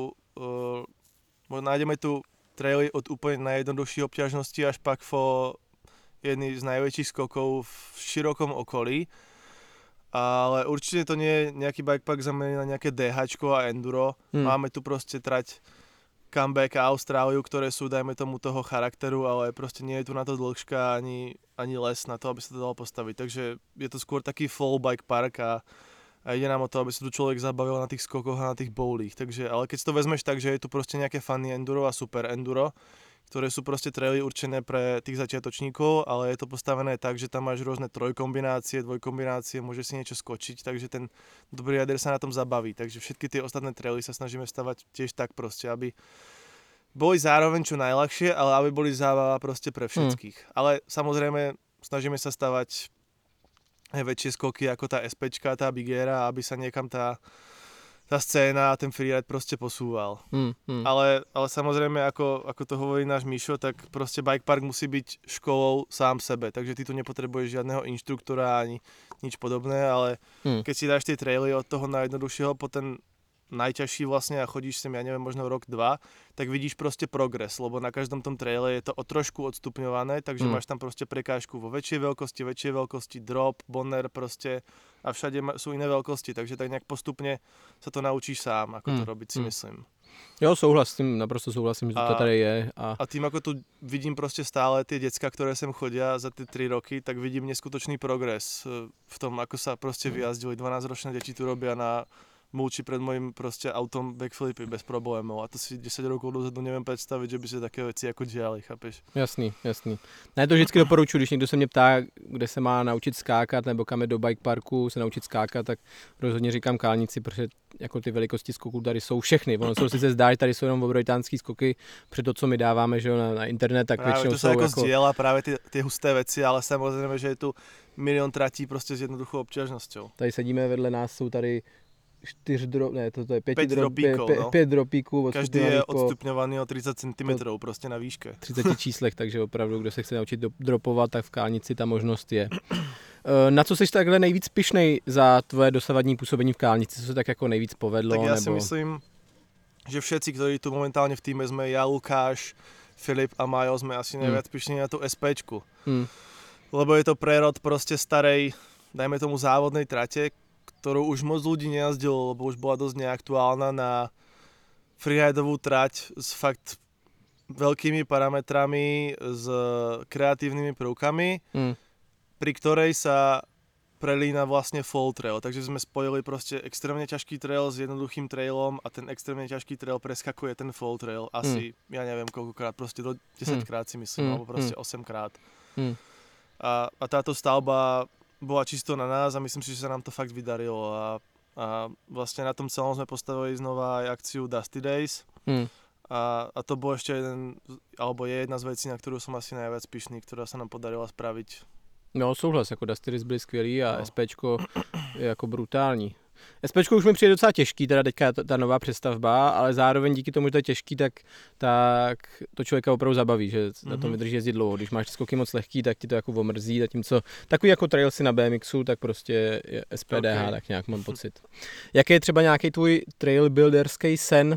Uh, nájdeme tu traily od úplne najjednoduchších obťažností až pak po jedný z najväčších skokov v širokom okolí. Ale určite to nie je nejaký bikepark zameraný na nejaké DHčko a enduro. Hmm. Máme tu proste trať Comeback a Austráliu, ktoré sú, dajme tomu, toho charakteru, ale proste nie je tu na to dĺžka ani, ani les na to, aby sa to dalo postaviť. Takže je to skôr taký full bike park a, a ide nám o to, aby sa tu človek zabavil na tých skokoch a na tých bowlích. Takže, ale keď si to vezmeš tak, že je tu proste nejaké funny enduro a super enduro, ktoré sú proste traily určené pre tých začiatočníkov, ale je to postavené tak, že tam máš rôzne trojkombinácie, dvojkombinácie, môžeš si niečo skočiť, takže ten dobrý rider sa na tom zabaví. Takže všetky tie ostatné traily sa snažíme stavať tiež tak proste, aby boli zároveň čo najľahšie, ale aby boli zábava proste pre všetkých. Mm. Ale samozrejme snažíme sa stavať aj väčšie skoky ako tá SPčka, tá Bigera, aby sa niekam tá tá scéna a ten freeride proste posúval. Hmm, hmm. Ale, ale samozrejme, ako, ako to hovorí náš Mišo, tak proste bike park musí byť školou sám sebe, takže ty tu nepotrebuješ žiadneho inštruktora ani nič podobné, ale hmm. keď si dáš tie traily od toho najjednoduchšieho po ten najťažší vlastne a chodíš sem, ja neviem, možno rok, dva, tak vidíš proste progres, lebo na každom tom traile je to o trošku odstupňované, takže hmm. máš tam proste prekážku vo väčšej veľkosti, väčšej veľkosti, drop, bonner proste a všade sú iné veľkosti, takže tak nejak postupne sa to naučíš sám, ako hmm. to robiť, si hmm. myslím. Jo, souhlas s tím, naprosto souhlasím, že to tady je. A... a tým, ako tu vidím proste stále tie decka, ktoré sem chodia za tie tri roky, tak vidím neskutočný progres v tom, ako sa proste vyjazdili. dvanásťročné deti tu robia na mulči pred mojím proste autom backflipy bez problémov a to si desať rokov dozadu neviem predstaviť, že by se také věci jako dělali, chápeš? Jasný, jasný. Ne, to vždycky doporučuji, když někdo se mě ptá, kde se má naučit skákat nebo kam je do bike parku se naučit skákat, tak rozhodně říkám Kálnici, protože jako ty velikosti skoků tady jsou všechny. Ono se sice zdá, že tady jsou jenom obrovitánský skoky, před to, co my dáváme, že jo, na, na internet, tak právě většinou to jsou jako... jako... zdieľa právě ty, ty husté věci, ale samozřejmě, že je tu milion tratí prostě s jednoduchou obťažnosťou. Tady sedíme vedle nás, jsou tady čtyř drop, ne, to, to je pět, pět drop, dropíkov, pět, no. pět dropíků. Každý je odstupňovaný o třicet centimetrů prostě na výške. třicet číslech, takže opravdu, kdo se chce naučit dropovat, tak v Kálnici ta možnost je. Na co jsi takhle nejvíc pyšnej za tvoje dosavadní působení v Kálnici? Co se tak jako nejvíc povedlo? Tak já nebo... si myslím, že všetci, ktorí tu momentálně v týme jsme, já, Lukáš, Filip a Majo, jsme asi nejviac hmm. pyšní na tu SPčku. Hmm. Lebo je to prerod prostě starej, dajme tomu závodnej trate, ktorú už moc ľudí nejazdilo, lebo už bola dosť neaktuálna na freeridovú trať s fakt veľkými parametrami, s kreatívnymi prvkami, mm. pri ktorej sa prelína vlastne full trail. Takže sme spojili proste extrémne ťažký trail s jednoduchým trailom a ten extrémne ťažký trail preskakuje ten full trail asi, mm. ja neviem koľkokrát, proste do desaťkrát si myslím, mm. alebo proste mm. osemkrát. Mm. A, a táto stavba bola čisto na nás a myslím si, že sa nám to fakt vydarilo a, a vlastne na tom celom sme postavili znova aj akciu Dusty Days hmm. a, a to bol ešte jeden, alebo je jedna z vecí, na ktorú som asi najviac pyšný, ktorá sa nám podarila spraviť. No souhlas, jako Dusty Days byly skvělý a no. SPčko je jako brutální. SPčko už mi přijde docela těžký, teda teďka ta, ta nová přestavba, ale zároveň díky tomu, že to je těžký, tak, tak to člověka opravdu zabaví, že mm-hmm. na tom vydrží jezdit dlouho. Když máš skoky moc lehký, tak ti to jako omrzí, zatímco takový jako trailsy na B M X u, tak prostě je S P D H, okay. Tak nějak mám pocit. Jaký je třeba nějaký tvůj trail builderský sen,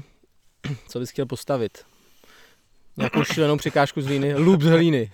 co bys chtěl postavit? Nějakou šílenou překážku z hlíny? Loop z hlíny.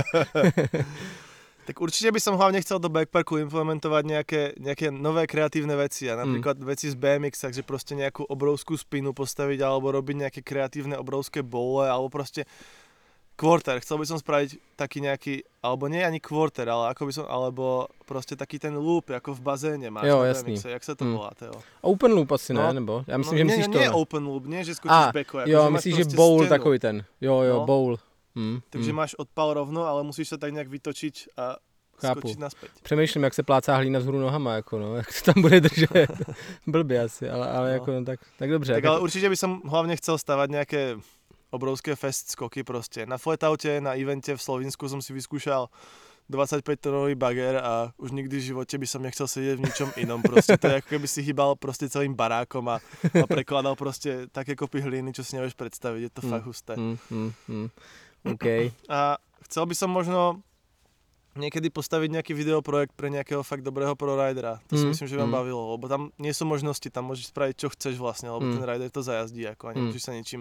Tak určite by som hlavne chcel do bikeparku implementovať nejaké, nejaké nové kreatívne veci a napríklad mm. veci z B M X, takže proste nejakú obrovskú spinu postaviť alebo robiť nejaké kreatívne obrovské bowle alebo proste quarter. Chcel by som spraviť taký nejaký, alebo nie ani quarter, ale ako by som, alebo proste taký ten loop, ako v bazéne máš jo, na jasný. B M X, jak sa to mm. volá, Teo? Open loop asi no, ne, nebo? Já myslím, no, že nie, myslíš nie, to. Nie open loop, nie, že skočíš beko. Jo, že myslíš, že bowl stenu. Takový ten. Jo, jo, no. bowl. Hmm, Takže hmm. máš odpal rovno, ale musíš sa tak nejak vytočiť a Chápu. skočiť naspäť. Přemýšlím, jak se plácá hlína vzhůru nohama, jako no, jak to tam bude držet. Blbě asi, ale, ale no. jako no, tak, tak dobře. Tak ale určite by som hlavne chcel stavať nejaké obrovské fest skoky proste. Na fletoute, na evente v Slovensku som si vyskúšal dvadsaťpäť tonový bager a už nikdy v živote by som nechcel sedieť v ničom inom. Proste to je ako keby si hýbal proste celým barákom a, a prekladal proste také kopy hliny, čo si nevieš predstaviť. Je to mm. fakt husté. Mm, mm, mm. Okay. A chcel by som možno niekedy postaviť nejaký videoprojekt pre nejakého fakt dobrého pro-ridera. To si mm, myslím, že vám mm. bavilo, lebo tam nie sú možnosti, tam môžeš spraviť, čo chceš vlastne, lebo mm. ten rider to zajazdí, ako a nemusíš mm. sa ničím...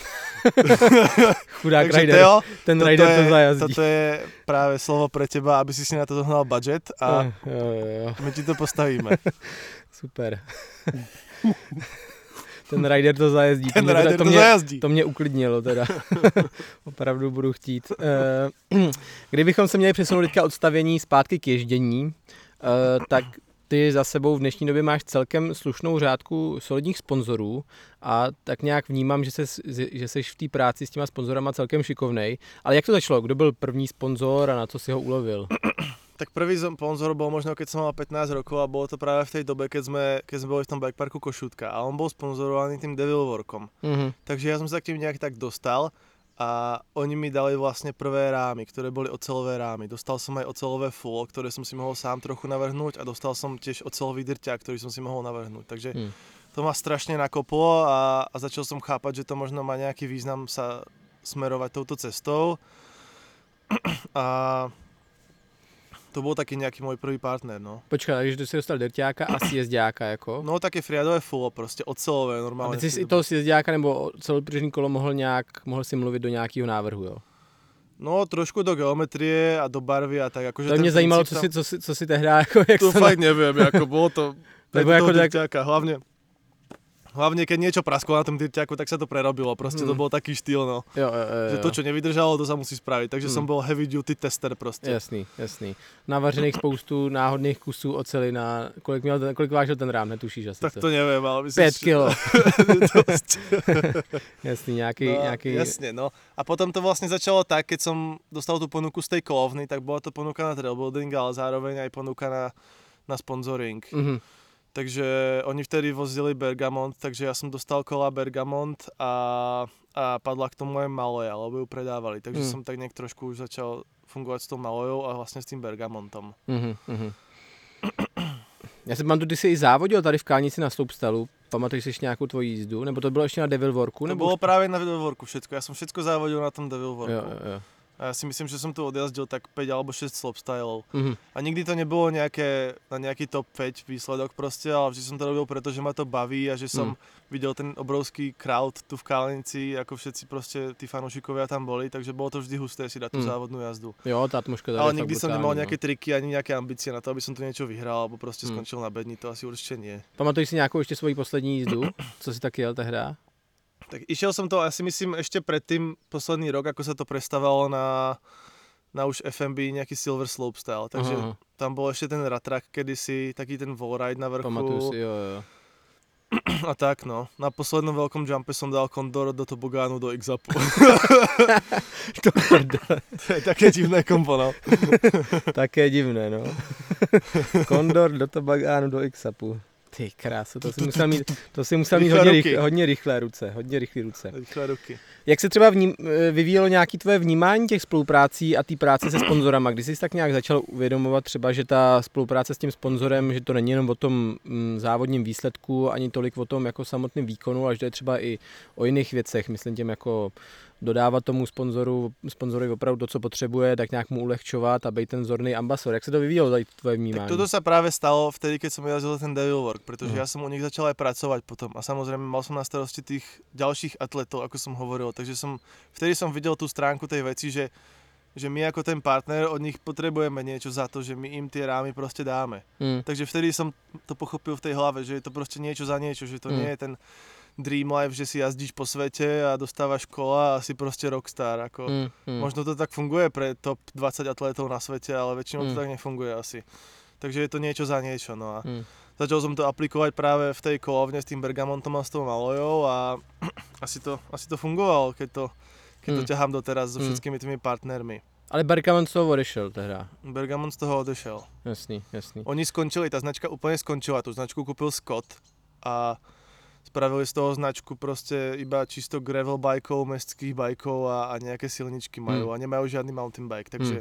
Chudák rider, Teo, ten rider to je, zajazdí. Toto je práve slovo pre teba, aby si si na to dohnal budget a uh, jo, jo, jo. my ti to postavíme. Super. Ten rider to zajezdí. Ten to mě, rider to, to mě, zajezdí. To mě uklidnilo teda. Opravdu budu chtít. Kdybychom se měli přesunout teďka od stavění zpátky k ježdění, tak ty za sebou v dnešní době máš celkem slušnou řádku solidních sponzorů a tak nějak vnímám, že, ses, že seš v té práci s těma sponzorama celkem šikovnej. Ale jak to začalo? Kdo byl první sponzor a na co si ho ulovil? Tak prvý sponzor bol možno, keď som mal pätnásť rokov a bolo to práve v tej dobe, keď sme, keď sme boli v tom bikeparku Košútka a on bol sponzorovaný tým Devilworkom. Mm-hmm. Takže ja som sa k tým nejak tak dostal a oni mi dali vlastne prvé rámy, ktoré boli oceľové rámy. Dostal som aj oceľové full, ktoré som si mohol sám trochu navrhnúť a dostal som tiež oceľový drťák, ktorý som si mohol navrhnúť. Takže mm. to ma strašne nakoplo a, a začal som chápať, že to možno má nejaký význam sa smerovať touto cestou. A to bol taký nejaký môj prvý partner, no. Počkaj, takže ty si dostal drťáka a sjezďáka, jako? No také friadové fulo, prostě ocelové normálně. A ty jsi i toho sjezďáka nebo celopružní kolo mohl nějak, mohl si mluvit do nějakého návrhu, jo? No trošku do geometrie a do barvy a tak. Akože to mě zajímalo, co, tam... si, co, si, co si tehdy, jako jak to fakt na... nevím, jako bylo to, nebo jako drťáka, hlavně. Hlavne, keď niečo prasklo na tom dyrťáku, tak sa to prerobilo. Proste hmm. to bol taký štýl, no. Jo, jo, jo. Že to, čo nevydržalo, to sa musí spraviť. Takže hmm. som bol heavy duty tester proste. Jasný, jasný. Navařených spoustu náhodných kusů oceli na... Kolik, měl ten, kolik vážil ten rám, netušíš asi? Tak to, to neviem, ale myslím, Pět kilo. Jasný, nějaký, no, nějaký... Jasne, no. A potom to vlastne začalo tak, keď som dostal tú ponuku z tej kolovny, tak bola to ponuka na trailbuilding, ale zároveň aj ponuka na, na sponsoring. Mm-hmm. Takže oni vtedy vozili Bergamont, takže ja som dostal kola Bergamont a, a padla k tomu aj Maloja, lebo ju predávali. Takže mm. som tak nejak trošku už začal fungovať s tou Malojou a vlastne s tým Bergamontom. Mm-hmm. Já si pamatuju, ty jsi i závodil tady v Kálnici na Slopestalu. Pamatuješ si nějakou tvoji jízdu? Nebo to bylo ještě na Devilworku? To bylo už... právě na Devilworku všetko. Já jsem všetko závodil na tom Devilworku. Jo, jo, jo. A ja si myslím, že som tu odjazdil tak päť alebo šesť slopestylov. Mm-hmm. A nikdy to nebolo nejaké, na nejaký top päť výsledok proste, ale vždy som to robil, pretože ma to baví a že som mm. videl ten obrovský crowd tu v Kálnici, ako všetci proste tí fanúšikovia tam boli, takže bolo to vždy husté si dať tú mm. závodnú jazdu. Jo, tá atmosféra. Ale nikdy som nemal nejaké triky ani nejaké ambície na to, aby som tu niečo vyhral, alebo proste mm. skončil na bedni, to asi určite nie. Pamatuješ si nejakou ešte svoji poslední jízdu? Co si tak jel tehda? Tak išiel som to, asi myslím, ešte predtým posledný rok, ako sa to prestavalo na, na už ef em bé nejaký Silver Slopestyle. Takže aha. Tam bol ešte ten ratrack kedysi, taký ten wallride na vrchu. Pamatuju si, jo, jo. A tak no, na poslednom veľkom jumpe som dal Condor do tobogánu do X-upu. To, to je také divné kombo, no. Také divné, no. Condor do tobogánu do X-upu. Ty krásu, to si musel mít, to si musel mít hodně, rychle, hodně rychlé ruce, hodně rychlé ruce. Rychlé ruky. Jak se třeba vním, vyvíjelo nějaké tvoje vnímání těch spoluprácí a té práce se sponzorama? Když jsi tak nějak začal uvědomovat třeba, že ta spolupráce s tím sponzorem, že to není jenom o tom m, závodním výsledku, ani tolik o tom jako samotném výkonu, ale že to je třeba i o jiných věcech, myslím tím jako dodávat tomu sponzoru, sponzorovi opravdu to, co potřebuje, tak nějak mu ulehčovat a být ten vzorný ambasador. Jak se to vyvíjelo, tady tvoje vnímání? Tak toto sa práve stalo vtedy, keď som jazdil ten Devilwork, pretože mm. ja som u nich začal aj pracovať potom a samozrejme mal som na starosti tých ďalších atletov, ako som hovoril, takže som, vtedy som videl tú stránku tej veci, že, že my ako ten partner od nich potrebujeme niečo za to, že my im tie rámy proste dáme. Mm. Takže vtedy som to pochopil v tej hlave, že je to proste niečo za niečo, že to mm. nie je ten dream life, že si jazdíš po svete a dostávaš kola a si proste rockstar. Ako, mm, mm. Možno to tak funguje pre top dvadsať atletov na svete, ale väčšinou mm. to tak nefunguje asi. Takže je to niečo za niečo. No a mm. začal som to aplikovať práve v tej kolovne s tým Bergamontom a s tou Malojou a asi to, asi to fungovalo, keď to, keď mm. to ťahám doteraz so všetkými tými partnermi. Ale Bergamont z toho odešel tehda. Bergamont z toho odešel. Jasný, jasný. Oni skončili, tá značka úplne skončila, tú značku kúpil Scott a spravili z toho značku proste iba čisto gravel bajkov, mestských bajkov a, a nejaké silničky majú mm. a nemajú žiadny mountain bike, takže mm.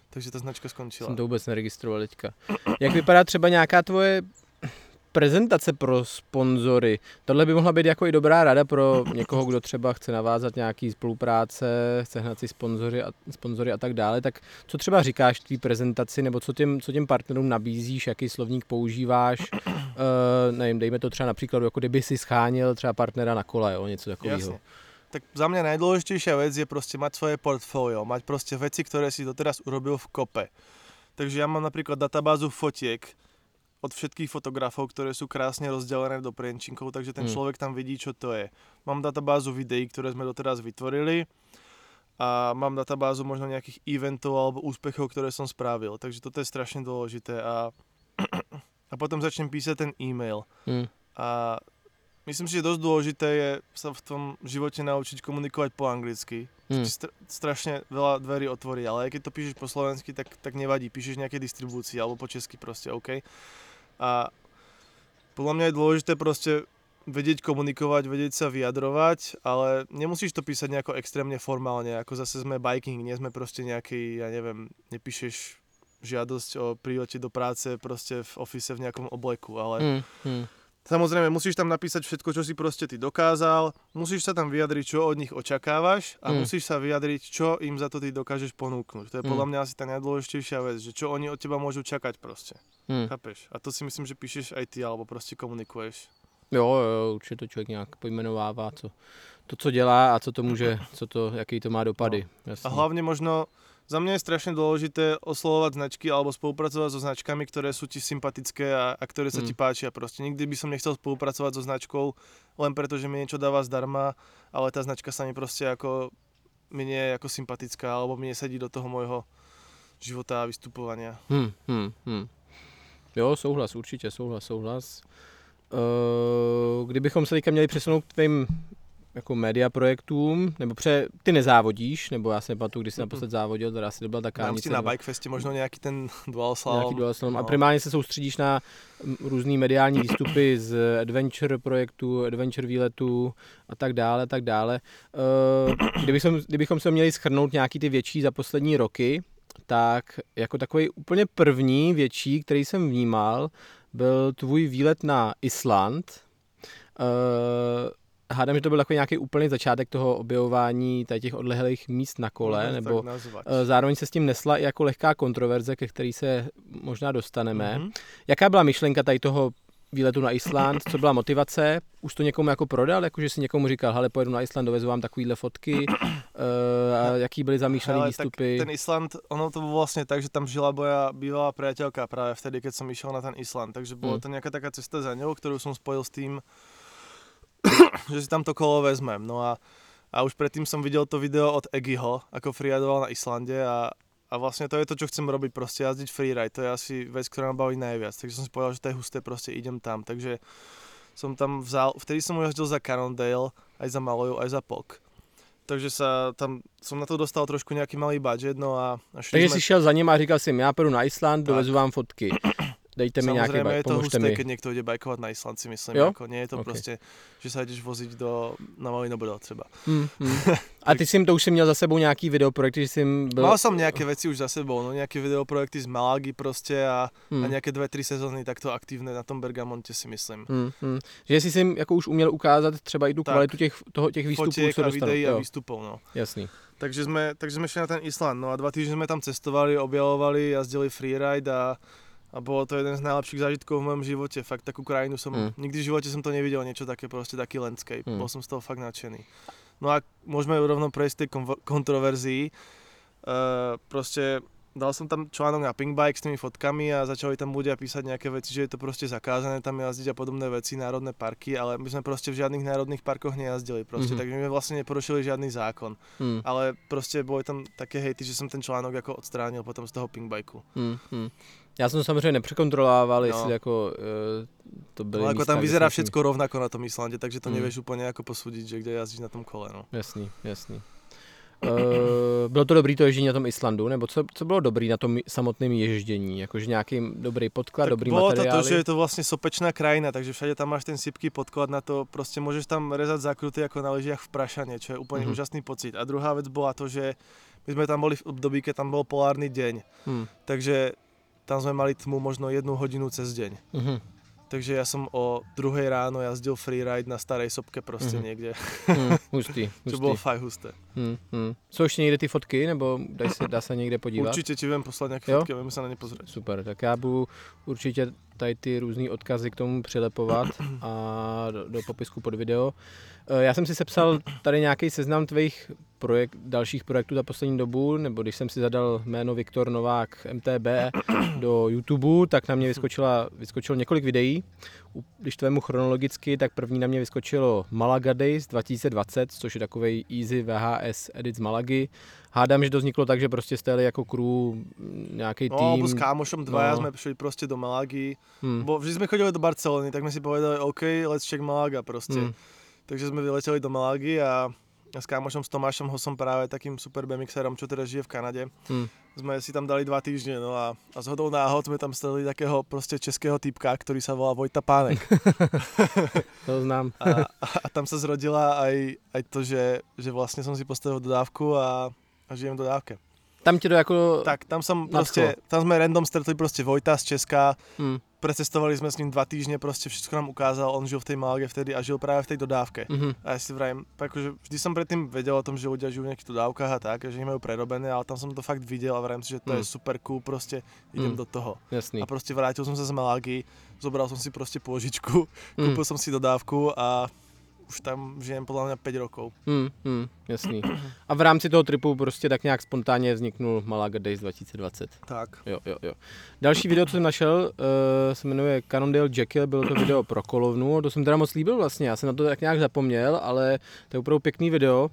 takže ta značka skončila. Jsem to vůbec neregistroval teďka. Jak vypadá třeba nějaká tvoje prezentace pro sponzory? Tohle by mohla být jako i dobrá rada pro někoho, kdo třeba chce navázat nějaký spolupráce, chce hnat si sponzory a, sponzory a tak dále. Tak co třeba říkáš tvý prezentaci, nebo co těm, co těm partnerům nabízíš, jaký slovník používáš? Uh, nevím, dejme to třeba například, jako kdyby si schánil třeba partnera na kole, jo, něco takového. Jasne. Tak za mňa najdôležitejšia vec je proste mať svoje portfólio, mať proste veci, ktoré si doteraz urobil v kope. Takže ja mám napríklad databázu fotiek od všetkých fotografov, ktoré sú krásne rozdelené do prienčinkov, takže ten Hmm. človek tam vidí, čo to je. Mám databázu videí, ktoré sme doteraz vytvorili a mám databázu možno nejakých eventov alebo úspechov, ktoré som spravil. Takže toto je strašne dôležité a, a potom začnem písať ten e-mail. Hmm. A myslím si, že dosť dôležité je sa v tom živote naučiť komunikovať po anglicky. Hmm. Str- strašne veľa dverí otvorí, ale aj keď to píšeš po slovensky, tak, tak nevadí. Píšeš nejaké distribúcii alebo po česky proste, OK. A podľa mňa je dôležité proste vedieť komunikovať, vedieť sa vyjadrovať, ale nemusíš to písať nejako extrémne formálne, ako zase sme biking, nie sme proste nejaký, ja neviem, nepíšeš žiadosť o prílete do práce proste v office v nejakom obleku, ale Hmm. Hmm. samozrejme, musíš tam napísať všetko, čo si proste ty dokázal, musíš sa tam vyjadriť, čo od nich očakávaš a Mm. musíš sa vyjadriť, čo im za to ty dokážeš ponúknuť. To je podľa Mm. mňa asi tá najdôležitejšia vec, že čo oni od teba môžu čakať proste. Hmm. Chápeš? A to si myslím, že píšeš aj ty, alebo proste komunikuješ. Jo, jo, určitě to člověk nějak pojmenovává, co, to, co dělá a co to může, co to, jaký to má dopady. A Jasně. hlavne možno, za mňa je strašne dôležité oslovovať značky alebo spolupracovať so značkami, ktoré sú ti sympatické a, a ktoré sa Mm. ti páčia. Proste nikdy by som nechcel spolupracovať so značkou len preto, že mi niečo dáva zdarma, ale tá značka sa mi proste ako, mi nie je ako sympatická alebo mi nesedí do toho môjho života a vystupovania. Hmm, hmm, hmm. Jo, souhlas, určitě, souhlas, souhlas. Uh, kdybychom se teďka měli přesunout k tvým jako média projektům, nebo pře, ty nezávodíš, nebo já si nepamatuju, když jsi naposled závodil, teda asi to byla ta Dám kálnice. si na Bikefeste možno nejaký ten dual slalom. Nějaký dual slalom. A No. primárně se soustředíš na mm, různý mediální výstupy z adventure projektu, adventure výletů a tak dále, tak dále. Uh, kdybychom, kdybychom se měli shrnout nějaký ty větší za poslední roky, tak jako takový úplně první větší, který jsem vnímal, byl tvůj výlet na Island. Uh, hádám, že to byl takový nějaký úplný začátek toho objevování tady těch odlehlých míst na kole, Môžeme nebo tak nazvať. uh, zároveň se s tím nesla i jako lehká kontroverze, ke který se možná dostaneme. Mhm. Jaká byla myšlenka tady toho výletu na Island? Co byla motivace? Už to někomu jako prodal? Jakože si někomu říkal, hele, pojedu na Island, dovezu vám takovýhle fotky. Uh, a jaký byly zamýšlené Ale výstupy? tak ten Island, ono to bolo vlastne tak, že tam žila moja bývalá priateľka práve vtedy, keď som išiel na ten Island. Takže bolo Hmm. to nejaká taká cesta za ňou, ktorú som spojil s tým, že si tam to kolo vezmem. No a, a už predtým som videl to video od Eggyho, ako freeridoval na Islande a, a vlastne to je to, čo chcem robiť, proste jazdiť freeride. To je asi vec, ktorá ma baví najviac. Takže som si povedal, že to je husté, proste idem tam. Takže som tam vzal, vtedy som jazdil za Cannondale, aj za Maloju, aj za P O K. Takže sa tam, som na to dostal trošku nejaký malý budget, no a, a šli Takže sme... jsi šel za ním a říkal si, já půjdu na Island, Tak. dovezu vám fotky. Dejte mi nějaký Samozrejme bike, je to pomožte husté, mi. keď niekto ide bajkovať na Island, si myslím. Jo? Ako, nie je to Ok. proste, že sa ideš voziť do, na Malý Nobel třeba. Hmm, hmm. A ty jsi to už si měl za sebou nějaký videoprojekty, že jsi byl... Mal som nejaké veci už za sebou, no nejaké videoprojekty z Malagy proste a, Hmm. a nejaké dve, tri sezóny takto aktívne na tom Bergamonte, si myslím. Hmm, hmm. Že jsi si jako už uměl ukázat třeba i tu Tak. kvalitu těch, toho, těch výstupů, Fotiek co a dostanú. videí a Jo, výstupov, no. jasný. Takže sme, takže sme šli na ten Island, no a dva týždne sme tam cestovali, objavovali, jazdili freeride a, a bolo to jeden z najlepších zážitkov v mojom živote. Fakt takú krajinu som, Hmm. nikdy v živote som to nevidel, niečo také, proste taký landscape. Hmm. Bol som z toho fakt nadšený. No a môžeme rovno prejsť k tej konvo- kontroverzii. Uh, proste dal som tam článok na Pinkbike s tými fotkami a začali tam ľudia písať nejaké veci, že je to proste zakázané tam jazdiť a podobné veci, národné parky, ale my sme proste v žiadnych národných parkoch nejazdili proste, Mhm. takže my sme vlastne neporušili žiadny zákon. Hmm, Ale proste boli tam také hejty, že som ten článok jako odstránil potom z toho Pinkbajku. hmm, hmm. Já jsem to samozřejmě nepřekontroloval, No. jestli jako uh, to byly No ako místa, tam kde vyzerá jsem- všetko rovnako na tom Islande, takže to Mm. nevieš úplne ako posúdiť, že kde jazdíš na tom kole. No. Jasný, jasný. Uh, bylo to dobrý to ježdění na tom Islandu, nebo co, co bylo dobrý na tom samotném ježdění? Jakože nějaký dobrý podklad, Tak dobrý bolo materiály? to to, že je to vlastne sopečná krajina, takže všade tam máš ten sypký podklad na to, proste môžeš tam rezať zákruty ako na lyžiach v Prašane, čo je úplne Mhm. úžasný pocit. A druhá vec bola to, že My sme tam boli v období, keď tam bol polárny deň, Hmm. takže tam sme mali tmu možno jednu hodinu cez deň. Mhm. Takže ja som o druhej ráno jazdil freeride na starej sopke proste Mhm. niekde, Hmm. Hustý, hustý. čo bolo fakt husté. Hmm. Hmm. Jsou ještě někde ty fotky, nebo dá se, dá se někde podívat? Určite ti viem poslať nejaké Jo? fotky, viem sa na ne pozrieť. Super, tak já budu určitě tady ty různý odkazy k tomu přilepovat a do, do popisku pod video. E, Já jsem si sepsal tady nějaký seznam tvých projekt, dalších projektů za poslední dobu, nebo když jsem si zadal jméno Viktor Novák M T B do YouTube, tak na mě vyskočila, vyskočilo několik videí. U- Když to vemu chronologicky, tak první na mě vyskočilo Malaga Days dva tisíce dvacet, což je takovej easy V H S edit z Malagy. Hádám, že to vzniklo tak, že prostě jste jeli jako crew nějaký No, tým. alebo s kámošom dvaja no. sme šli proste do Malagy, Hmm. bo vždy sme chodili do Barcelony, tak sme si povedali, OK, let's check Malaga proste. Hmm. Takže sme vyleteli do Malagy a a s kámošom, s Tomášom Hosom, práve takým super BMXerom, čo teraz žije v Kanade. Hmm. Sme si tam dali dva týždne, no a, a zhodou náhod sme tam stali takého proste českého typka, ktorý sa volá Vojta Pánek. To znám. A, a, a tam sa zrodila aj, aj to, že, že vlastne som si postavil dodávku a, a žijem v dodávke. Tam ti to jako... Tak, tam som Nadchlo. proste, tam sme random stretli proste Vojta z Česka, Hmm. precestovali sme s ním dva týždne, proste všetko nám ukázal, on žil v tej Malage vtedy a žil práve v tej dodávke. Mhm. A ja si vrajím, akože vždy som predtým vedel o tom, že ľudia žijú v nejakých dodávkach a tak, a že ich majú prerobené, ale tam som to fakt videl a vrajím si, že to Mm. je super cool, proste idem Mm. do toho. Jasný. A proste vrátil som sa z Malagy, zobral som si proste pôžičku, Mm. kúpil som si dodávku a už tam žijem podľa mňa päť rokov. Hmm, hmm, jasný. A v rámci toho tripu prostě tak nějak spontánně vzniknul Malaga Days dva tisíce dvacet. Tak. Jo, jo, jo. Další video, co jsem našel, uh, se jmenuje Cannondale Jekyll, bylo to video pro kolovnu, to jsem teda moc líbil vlastně, já jsem na to tak nějak zapomněl, ale to je opravdu pěkný video.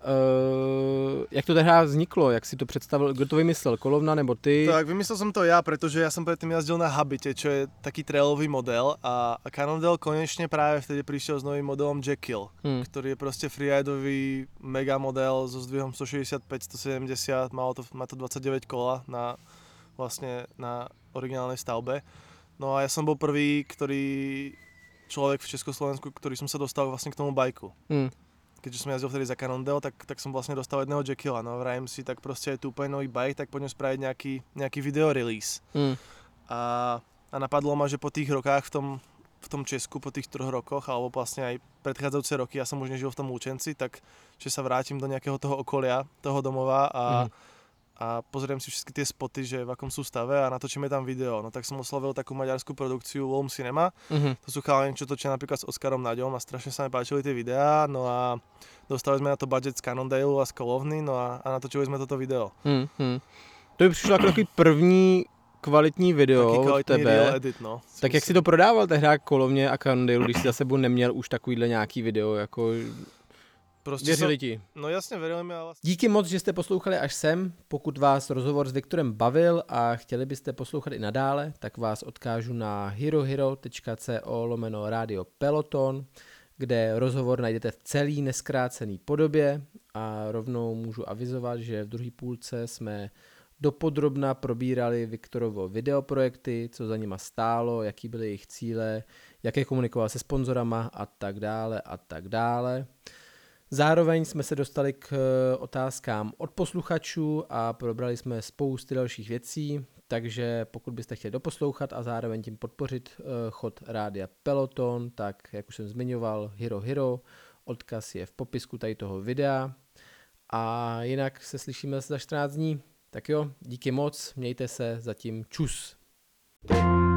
Uh, jak to teda vzniklo, jak si to představil, kdo to vymyslel, kolovna nebo ty? Tak, vymyslel som to ja, pretože ja som predtým jazdil na Habite, čo je taký trailový model a, a Cannondale konečne práve vtedy prišiel s novým modelom Jekyll, Hmm. ktorý je proste freeridový mega model so zdvihom sto šesťdesiatpäť sto sedemdesiat, malo to, má to dvadsaťdeväť kola na, vlastne na originálnej stavbe. No a ja som bol prvý, ktorý človek v Československu, ktorý som sa dostal vlastne k tomu bajku. Hmm. Keďže som jazdil vtedy za Cannondale, tak, tak som vlastne dostal jedného Jekylla. No vrajem si, tak proste je tu úplne nový bike, tak poďme spraviť nejaký, nejaký video release. Hmm. A, a napadlo ma, že po tých rokách v tom, v tom Česku, po tých troch rokoch, alebo vlastne aj predchádzajúce roky, ja som už nežil v tom Lučenci, tak že sa vrátim do nejakého toho okolia, toho domova a, Mhm. a pozriem si všetky tie spoty, že v akom sú stave a natočíme tam video. No tak som oslovil takú maďarskú produkciu Wolm Cinema. Mhm. To sú chalani, čo točia napríklad s Oskarom Naďom a strašne sa mi páčili tie videá, no a dostali sme na to budget z Cannondale a z Kolovny, no a, a natočili sme toto video. Hmm. Hmm. To by přišlo jako takový první kvalitní video Taký od kvalitný real tebe. edit, no. Tak jak si to prodával tehdy kolovně a Cannondale, když si za sebou neměl už takovýhle nějaký video, jako Proste věřili som, ti? no jasne, verili mi, ale vlastne... Díky moc, že jste poslouchali až sem. Pokud vás rozhovor s Viktorem bavil a chtěli byste poslouchat i nadále, tak vás odkážu na herohero.co lomeno Radio Peloton, kde rozhovor najdete v celý neskrácený podobě a rovnou můžu avizovat, že v druhé půlce jsme dopodrobna probírali Viktorovo videoprojekty, co za nima stálo, jaký byly jejich cíle, jaké komunikoval se sponzorama a tak dále a tak dále. Zároveň jsme se dostali k otázkám od posluchačů a probrali jsme spousty dalších věcí, takže pokud byste chtěli doposlouchat a zároveň tím podpořit chod Rádia Peloton, tak jak už jsem zmiňoval, Hero Hero, odkaz je v popisku tady toho videa a jinak se slyšíme za čtrnáct dní. Tak jo, díky moc, mějte se, zatím čus.